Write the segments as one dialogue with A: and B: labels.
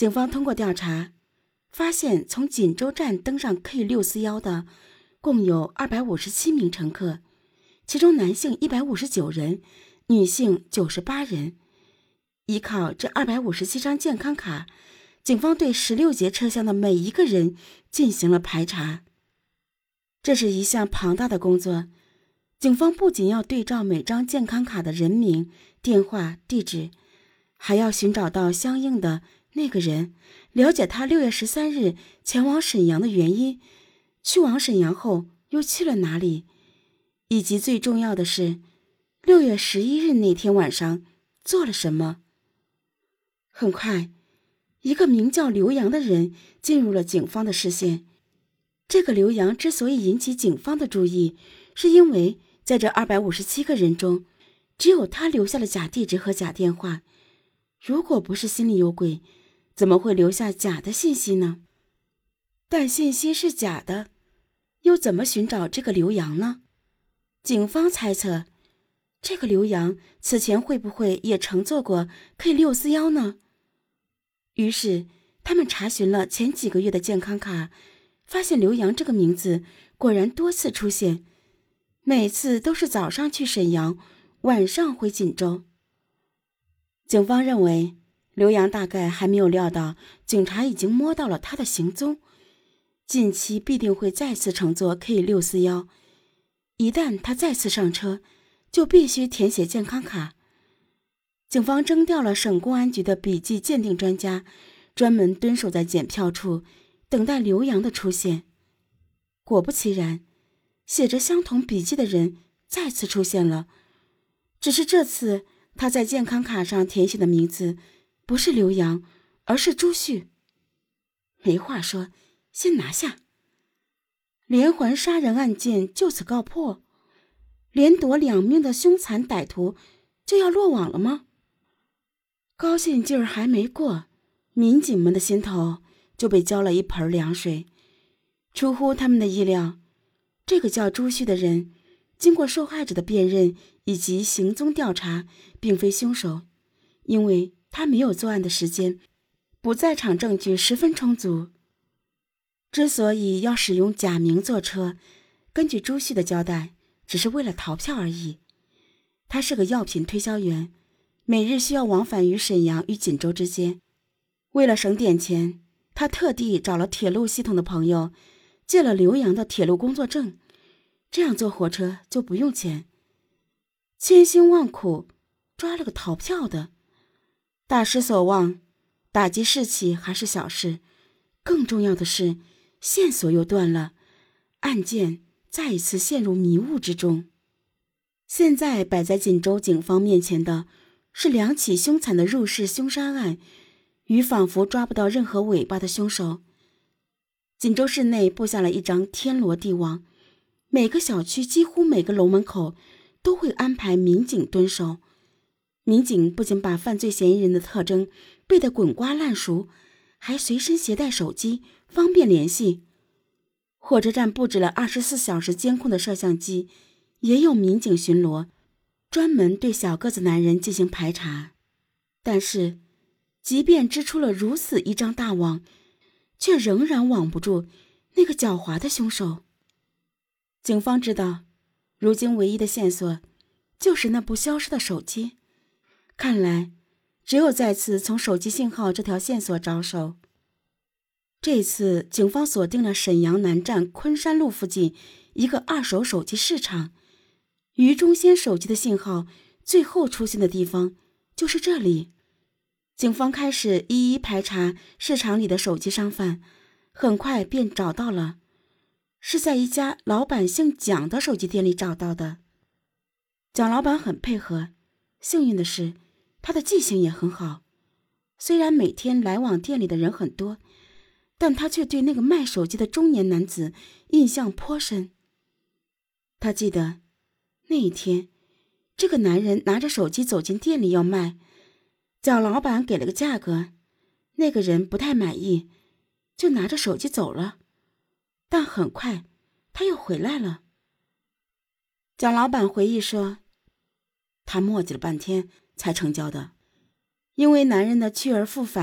A: 警方通过调查发现，从锦州站登上 K641 的共有257名乘客，其中男性159人，女性98人。依靠这257张健康卡，警方对16节车厢的每一个人进行了排查。这是一项庞大的工作，警方不仅要对照每张健康卡的人名、电话、地址，还要寻找到相应的那个人，了解他6月13日前往沈阳的原因，去往沈阳后又去了哪里，以及最重要的是6月11日那天晚上做了什么。很快，一个名叫刘洋的人进入了警方的视线。这个刘洋之所以引起警方的注意，是因为在这257个人中，只有他留下了假地址和假电话。如果不是心里有鬼，怎么会留下假的信息呢？但信息是假的，又怎么寻找这个刘洋呢？警方猜测，这个刘洋此前会不会也乘坐过 K641 呢？于是他们查询了前几个月的健康卡，发现刘洋这个名字果然多次出现，每次都是早上去沈阳，晚上回锦州。警方认为刘洋大概还没有料到警察已经摸到了他的行踪，近期必定会再次乘坐 K641， 一旦他再次上车，就必须填写健康卡。警方征调了省公安局的笔迹鉴定专家，专门蹲守在检票处，等待刘洋的出现。果不其然，写着相同笔迹的人再次出现了，只是这次他在健康卡上填写的名字不是刘洋，而是朱旭。没话说，先拿下。连环杀人案件就此告破，连夺2命的凶残歹徒就要落网了吗？高兴劲儿还没过，民警们的心头就被浇了一盆凉水。出乎他们的意料，这个叫朱旭的人经过受害者的辨认以及行踪调查，并非凶手，因为他没有作案的时间，不在场证据十分充足。之所以要使用假名坐车，根据朱旭的交代，只是为了逃票而已。他是个药品推销员，每日需要往返于沈阳与锦州之间。为了省点钱，他特地找了铁路系统的朋友，借了刘洋的铁路工作证，这样坐火车就不用钱。千辛万苦抓了个逃票的，大失所望，打击士气还是小事，更重要的是线索又断了，案件再一次陷入迷雾之中。现在摆在锦州警方面前的是2起凶残的入室凶杀案，与仿佛抓不到任何尾巴的凶手。锦州市内布下了一张天罗地网，每个小区几乎每个楼门口都会安排民警蹲守。民警不仅把犯罪嫌疑人的特征背得滚瓜烂熟，还随身携带手机，方便联系。火车站布置了24小时监控的摄像机，也有民警巡逻，专门对小个子男人进行排查。但是即便织出了如此一张大网，却仍然网不住那个狡猾的凶手。警方知道，如今唯一的线索就是那部消失的手机，看来只有再次从手机信号这条线索着手。这次警方锁定了沈阳南站昆山路附近一个二手手机市场，于中先手机的信号最后出现的地方就是这里。警方开始一一排查市场里的手机商贩，很快便找到了，是在一家老板姓蒋的手机店里找到的。蒋老板很配合，幸运的是他的记性也很好，虽然每天来往店里的人很多，但他却对那个卖手机的中年男子印象颇深。他记得那一天，这个男人拿着手机走进店里要卖，蒋老板给了个价格，那个人不太满意，就拿着手机走了。但很快他又回来了。蒋老板回忆说，他磨叽了半天才成交的，因为男人的去而复返，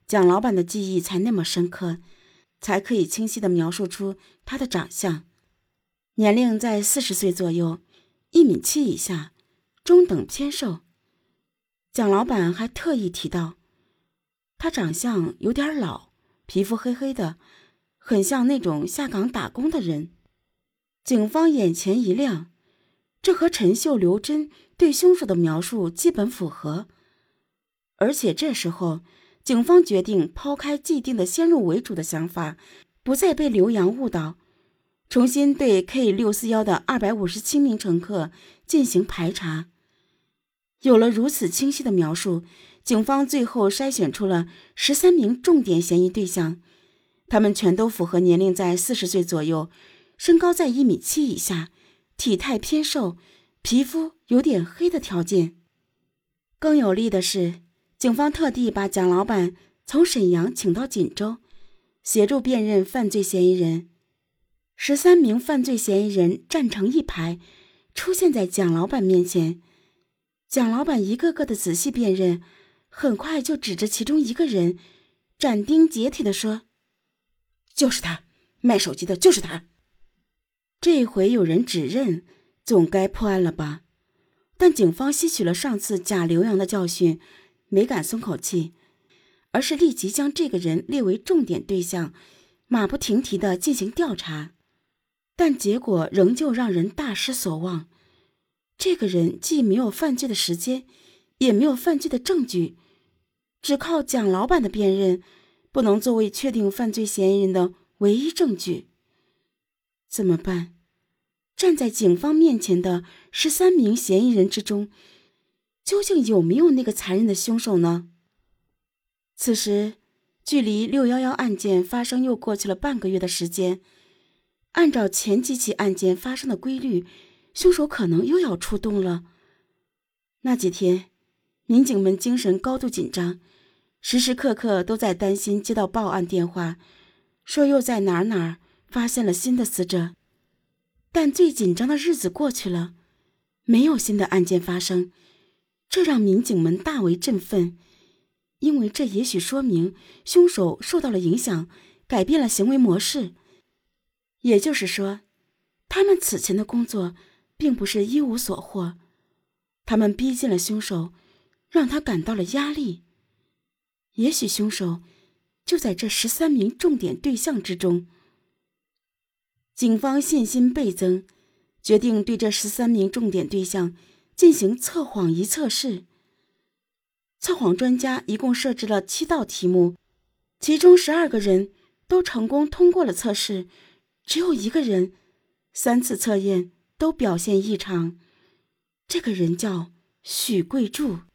A: 蒋老板的记忆才那么深刻，才可以清晰地描述出他的长相。年龄在40岁左右，1.7米以下，中等偏瘦。蒋老板还特意提到，他长相有点老，皮肤黑黑的，很像那种下岗打工的人。警方眼前一亮，这和陈秀、刘真对凶手的描述基本符合。而且这时候，警方决定抛开既定的先入为主的想法，不再被刘洋误导，重新对 K641的257名乘客进行排查。有了如此清晰的描述，警方最后筛选出了13名重点嫌疑对象，他们全都符合年龄在40岁左右，身高在1.7米以下，体态偏瘦，皮肤有点黑的条件。更有利的是，警方特地把蒋老板从沈阳请到锦州，协助辨认犯罪嫌疑人。13名犯罪嫌疑人站成一排，出现在蒋老板面前。蒋老板一个个的仔细辨认，很快就指着其中一个人，斩钉截铁地说：“就是他，卖手机的就是他。”这回有人指认，总该破案了吧？但警方吸取了上次假刘洋的教训，没敢松口气，而是立即将这个人列为重点对象，马不停蹄地进行调查。但结果仍旧让人大失所望。这个人既没有犯罪的时间，也没有犯罪的证据，只靠蒋老板的辨认，不能作为确定犯罪嫌疑人的唯一证据。怎么办？站在警方面前的13名嫌疑人之中，究竟有没有那个残忍的凶手呢？此时，距离611案件发生又过去了半个月的时间。按照前几起案件发生的规律，凶手可能又要出动了。那几天，民警们精神高度紧张，时时刻刻都在担心接到报案电话，说又在哪儿发现了新的死者。但最紧张的日子过去了，没有新的案件发生，这让民警们大为振奋，因为这也许说明凶手受到了影响，改变了行为模式。也就是说，他们此前的工作并不是一无所获，他们逼近了凶手，让他感到了压力。也许凶手就在这13名重点对象之中。警方信心倍增，决定对这13名重点对象进行测谎仪测试。测谎专家一共设置了7道题目，其中12个人都成功通过了测试，只有一个人3次测验都表现异常，这个人叫许桂柱。